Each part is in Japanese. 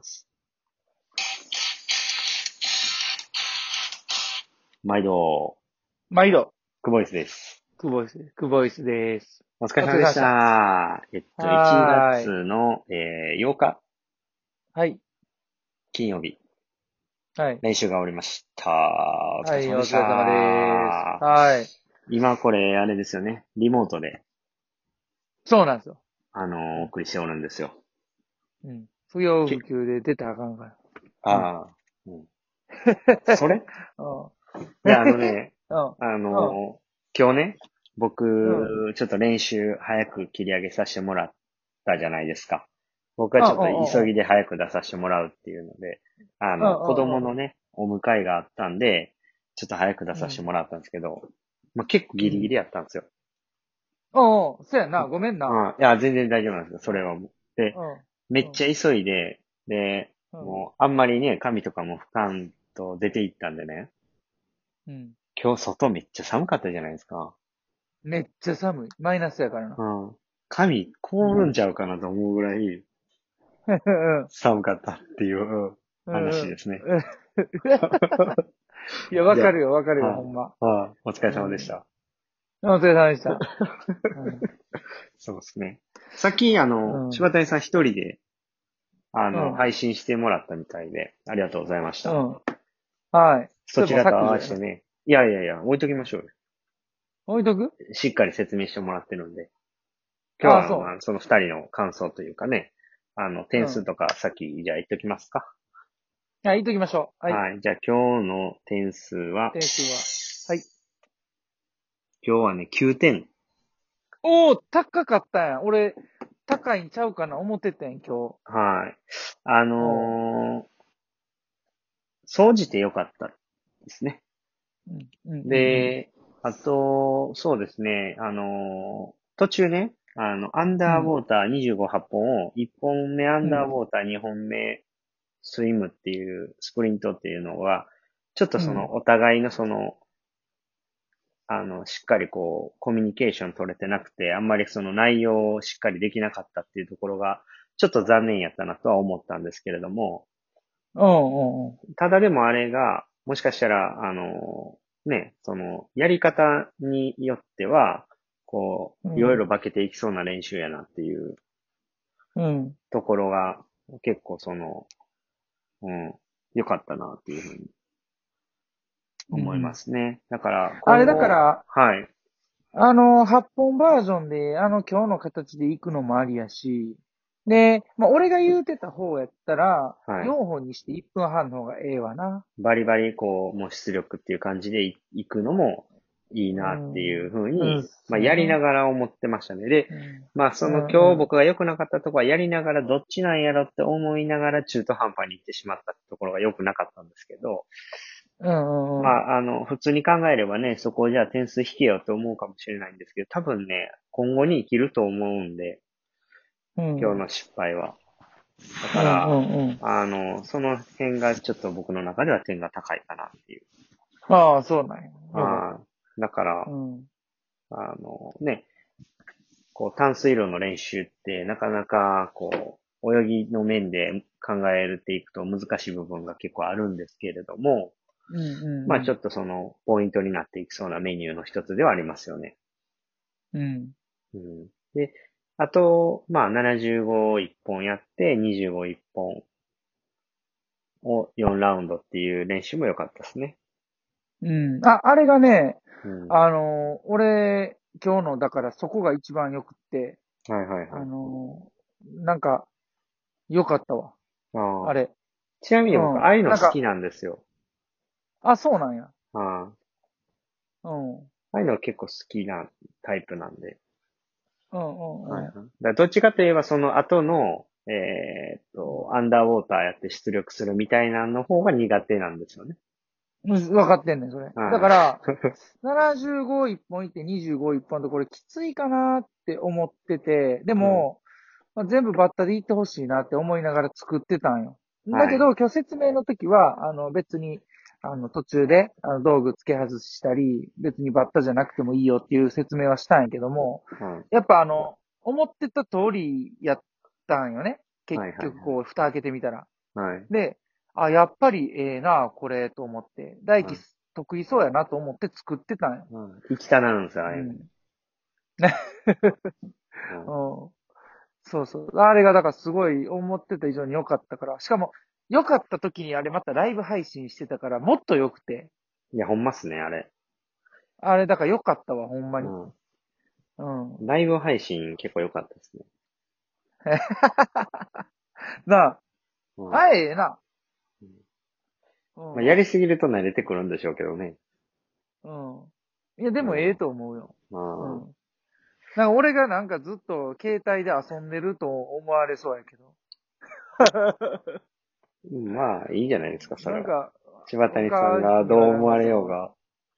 。毎度、 毎度、 クボイスです。 クボイスです。 お疲れお疲様でしれ様でした。 た。1月はーい。 の、8日、 はい。 金曜日、 はい。 練習が終わりました。お疲はい、 れ様でしお疲れ様です。 た。 はい。 今これ、あれですよね。リモートで、 そうなんですよ。 お送りしておるんですよ。 うん。不要け、 不急で出たらあかんから。うん。 ああ、うん。それうん。 いや、 うん。 あうん。 の、今日ね、 うん。 僕、ちょっと練習早く切り上げさせてもらったじゃないですか。僕はうん。 ちょっとうん。 急ぎで早く出させてもらうっていうので、 うん。 子供うん。 のね、お迎えがあったんで、ちょっと早く出うん。 させてもらったんですけど、まあ、結構うん。 ギリギリやったんですよ。 うん。そうやな。ごめんな。 いや、全然大丈夫なんですよ。それはもう。で、 うん。 めっうん。 ちゃ急いで、で、 うん。 もう、あんまりね、髪とかも拭かんと出て行ったんでね、 うん。 今日外めっちゃ寒かったじゃないですか。 めっちゃ寒い。マイナスやからな。 うん。髪うん。 凍るんちゃうかなと思うぐらいうん。 寒かったっていううん。うん。 話ですね。 いや、 いや、 わかるよ、わかるよ、ほんま。 お疲れうん。 様でした。 お疲れ様でした。うん。 そうですね。さっき、 うん。 柴谷さん一人で、 うん。 配信してもらったみたいで、ありがとうございました。 うん。はい。 そそれもちらと合削除やな。 わせてね、いやいやいや、置いときましょうよ。 置いとく。 しっかり説明してもらってるんで。今日ああ、 は、まそあ、その二人の感想というかね、 う。う点数ん。 とか先、じゃあ言っときますか。 はい、言っときましょう。はい。 はい。じゃあ今日の点数は、 点数は。はい。 今日はね、9点。 おー、高かったやん。俺、高いんちゃうかな思ってたん、今日。 はい。あおの総じて良かったですね。 うん。うん。うん。 で、あと、そうですね、途中ね、アンダーうん。 ウォーター25発本を、1本目アンうん。 ダーウォーター、2本目スイムっていうスプリントっていうのは、ちょっとうん。 そのお互いのその、しっかりこう、コミュニケーション取れてなくて、あんまりその内容をしっかりできなかったっていうところが、ちょっと残念やったなとは思ったんですけれども、 うん。うん。 ただでもあれが、もしかしたら、ね、その、やり方によっては、こう、いろいうん。 ろ化けていきそうな練習やなっていううん。 ところが、結構その、うん、良かったなっていうふうに思いまうん。 すね。だからあれだか今後、 ら、 はい、 8本バージョンで、今日の形で行くのもありやし、で、まあ、俺が言うてた方やったら、 はい、 4本にして1分半の方がええわな。 バリバリこう、もう出力っていう感じでいくのもいいうなっていうん。 ふううん、 に、まあやりなそうやな。 がら思ってましたね。で、 うん。 まあそうの今日ん、うん。 僕が良くなかったところはやりながらどっちなんやろって思いながら中途半端に行ってしまったところが良くなかったんですけど、 うん、うん。 まあ普通に考えればね、そこをじゃあ点数引けよと思うかもしれないんですけど、多分ね、今後に生きると思うんで、 うん。 今日の失敗は。だうん、うから、 ん、うん。 その辺がちょっと僕の中では点が高いかなっていう。 ああ、そうなんや。よかっだかた。 ら、 うん。 ね、こう、淡水路の練習ってなかなか、こう、泳ぎの面で考えていくと難しい部分が結構あるんですけれども、 うん、 まあちょうん、 っとその、ポイントになっていきそうなメニューの一つではありますよね。 うん。うん。 うん。で、あと、まあ75一本やって25一本を4ラウンドっていう練習も良かったですね。 うん。あ、あれがね、 うん。 俺、今日の、だからそこが一番よくって、 はいはいはい。 あのなんか、よかったわ。 ああ。 あれ。 ちなみに僕、 うん。 ああいうのなんか、 好きなんですよ。 あ、そうなんや。 ああ。あうん。うん、 あいうの結構好きなタイプなんで。 うん、うん。 はいはい。だからどっちかといえばその後の、アンダーウォーターやって出力するみたいなの方が苦手なんですよね。 分かってんねん、それ。だはい。 から、75一本いって25一本とこれきついかなって思ってて、ではい。 も、まあ、全部バッタでいってほしいなって思いながら作ってたんよ。だはい。 けど、今日説明の時は、別に、途中で、道具付け外したり、別にバッタじゃなくてもいいよっていう説明はしたんやけども、 はい。 やっぱ思ってた通りやったんよね。結はい。はい。 局こう、蓋開けてみたら。 はい。 で、あ、やっぱりええな、これ、と思って、大輝はい。 得意そうやなと思って作ってたんよ。 はい。生きたなんですよ、ああいうの。 うん。 はい。 うん。そうそう。あれがだからすごい思ってた以上に良かったから、しかも良かった時にあれまたライブ配信してたからもっと良くて、 いや、ほんまっすね、あれ。 あれだから良かったわ、ほんまに。 ううん。 ん。ライブ配信結構良かったですね。 なあ、 うん。 あええな。うまあ、やん。 りすぎると慣れてくるんでしょうけどね。 うん。いや、でうん。 もええと思うよ。うまあ、 ん。なんか俺がなんかずっと携帯で遊んでると思われそうやけど。 まあ、いいじゃないですか、それは。 なんか、 柴谷さん他がにはなんどう思わかその、 れようが。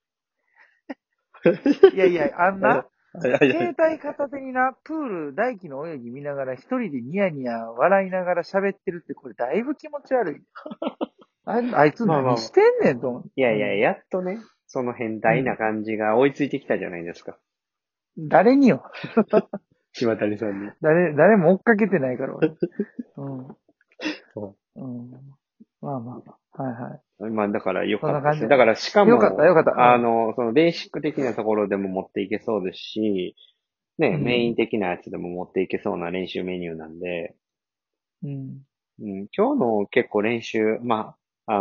いやいや、あんはいな、 はいはい。 携帯片手にな、プール、大気の泳ぎ見ながら一人でニヤニヤ笑いながら喋ってるってこれだいぶ気持ち悪い。あいつまあまあまあ。 何してんねんと思う。 いやいや、 うん。 やっとね、その変態なうん。 感じが追いついてきたじゃないですか。 誰によ。 柴谷さんに。 誰も追っかけてないから俺。うん。 そうん。まあまあまあ。はいはい。 う。まあ、だから良そんかったですよ。 な感じやな。 だから、しかよかった、 も、 よかった。 そのベーシック的なところでも持っていけそうですし、ね、 うん。 メインうん。 的なやつでも持っていけそうな練習メニューなんで、 うん。 うん、今日の結構練習、まあ、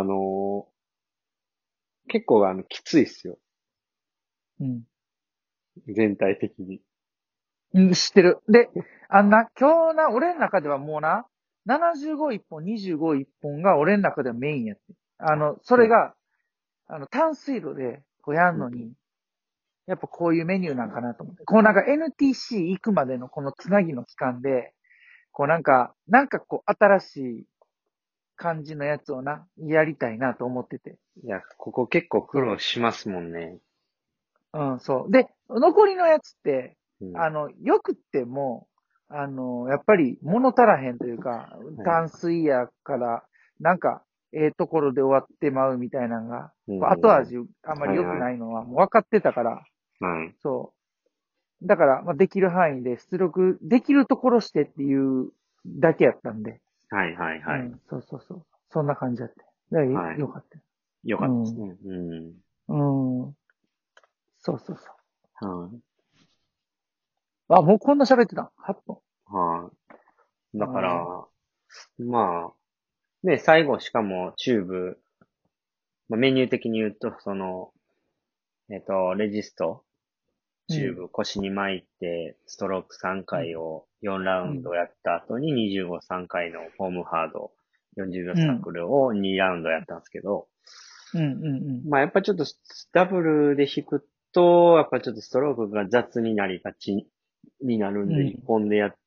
結構きついっすよ。 うん。 全体的に。 うん、知ってる。で、今日な、俺の中ではもうな、75一本、25一本が俺の中ではメインやって。 あ、 そそう。 れが、淡水路で、こうやんうん、 のに、やっぱこういうメニューなんかなと思って。こうなんか NTC 行くまでのこのつなぎの期間で、こうなんかこう新しい感じのやつをな、やりたいなと思ってて。 いや、ここ結構苦労そしますもんね。 う。うん、そう。で、残りのやつって、 うん。 よくっても、やっぱり物足らへんというか、 はい。 淡水やから、なんか、ええところで終わってまうみたいなのが、 うこう後ん。 味あんまり良くはいはい。 ないのはもう分かってたから、 はい。 そう。だから、まあ、できる範囲で出力できるところしてっていうだけやったんで。 はいはいはい。 うん、そうそうそう。そんな感じだった。だからはい。 よかったよ。 よかったですうん。 ね。うん。 うん。そうそうそはい。 う。あ、もうこんな喋ってた。8分。 はい。だかああ。 ら、まあ、ね、最後しかもチューブ、まあ、メニュー的に言うと、レジスト、 うん。 チューブ腰に巻いて、ストローク3 うん。 回を4ラウうん。 ンドやった後に25、3回のフォームハード、40秒うん。 サークルを2ラウンドやったんですけど、 うん。うん。 まあやっぱちょっとダブルで弾くと、やっぱちょっとストロークが雑になりがちになるんで、1 うん。 本でやって、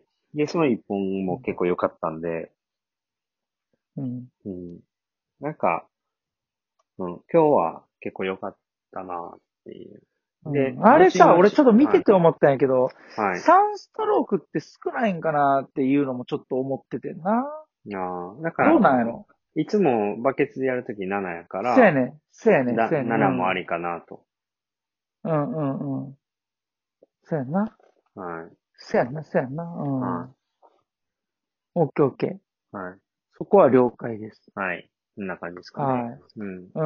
で、その1本も結構良かったんで、 うん。 うん。なんか、うん、今日は結構良かったなっていう。で、 うん。あれさ、 後々、 俺ちょっと見はい、 てて思ったんやけど、 はい。 3ストロークって少ないんかなっていうのもちょっと思っててんな。 ああ、だからどうなんやろ？ いつもバケツでやるとき7やから、 せやねん。せやねん。せやねん。う 7もあん。 りかなと。 うんうんうん。せやな。 はい。 せやな、せやな。うん。 はオッケーオッケー。 い。はい。 そこは了解です。 はい。こんな感じですかね。 はい。 うん。 うん。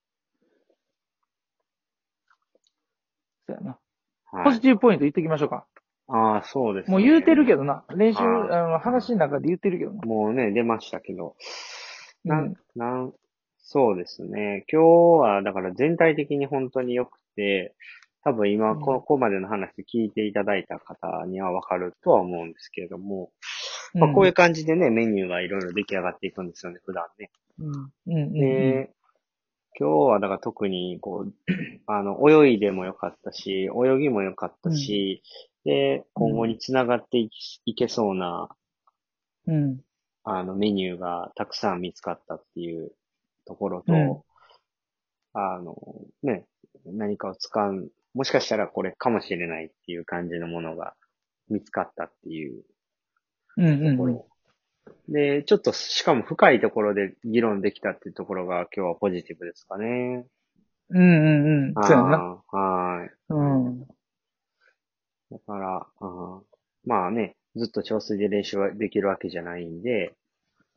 せやな。ポはい。 ジティブポイント言ってきましょうか。 ああ、そうですね。 もう言うてるけどな。練習、 は話の中で言ってるけどな。 い。もうね、出ましたけど。なん、 うん。 なん、そうですね。今日は、だから全体的に本当に良くて、多分今、 うん。 ここまでの話聞いていただいた方にはわかるとは思うんですけれども、まあ、こういううん。 感じでね、メニューがいろいろ出来上がっていくんですよね、普段ね。 うん。うん。うん。 で、今日はだから特に、泳いでもよかったし、泳ぎもよかったうん。 し、で、 うん。 今後につながっていけそうな、 うん。 メニューがたくさん見つかったっていうところうん。 と、あの、ね、何かを使う、もしかしたらこれかもしれないっていう感じのものが見つかったっていううん。うん。 ところ。で、ちょっとしかも深いところで議論できたっていうところが今日はポジティブですかね。 うん。うん。そうやな。 ああ、はい。 うん。 だから、まあね、ずっと調水で練習はできるわけじゃないんで、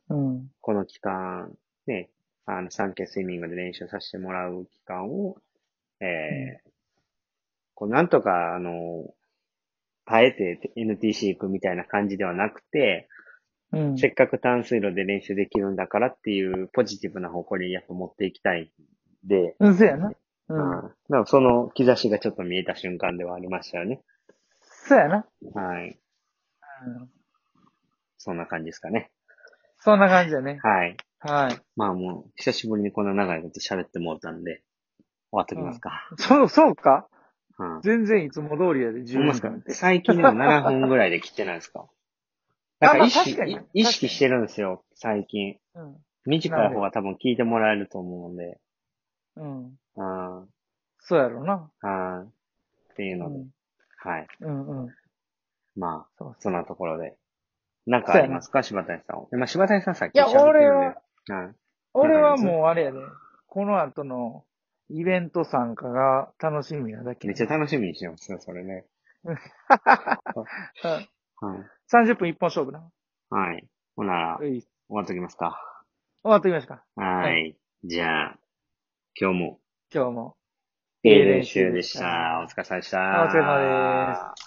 うん。 この期間、ね、サンケイスイミングで練習させてもらう期間を、えうん。 こうなんとか、耐えて NTC 行くみたいな感じではなくて、 うん。 せっかく短水路で練習できるんだからっていうポジティブな方向にやっぱ持っていきたいんで、 うん、そうやな。うん。 うん。だからその兆しがちょっと見えた瞬間ではありましたよね。 そうやな。 はい。 うん。 そんな感じですかね。 そんな感じだね。 はい。 はい。 まあもう、久しぶりにこんな長いこと喋ってもうたんで、終わっときうん。 ますか。 そうかうん。 全然いつも通りやで、12 ほんまですか？ 分って。 最近でも7分ぐらいで切ってないですか？なんあ、 かまあ確かにな。 意確かにな。 識してるんですよ、最近。 うん。な短い方んで。 が多分聞いてもらえると思うんで。 うん。 うん。 そうやろうな。 はい。っていうので。 うん。 はい。 うんうん。 まあ、 そうそう。 そんなところで。なんかあそうやな。 りますか柴谷さん。まあ、柴谷さんさっきいや、 喋ってるんで。はい。なん俺はかあります？ もうあれやで。この後のイベント参加が楽しみなだけめっちゃやな。 楽しみにしてますよ、それね。 うんあ、はい。 30分一本勝負な。 はい。ほなら、 うい。終終わっときますか。 わっときましょうか。はい。 はい。じゃあ、今日も、 今日も、 いいいい練習で練習でしした。おた。 疲れ様でしお疲れ様です。 た。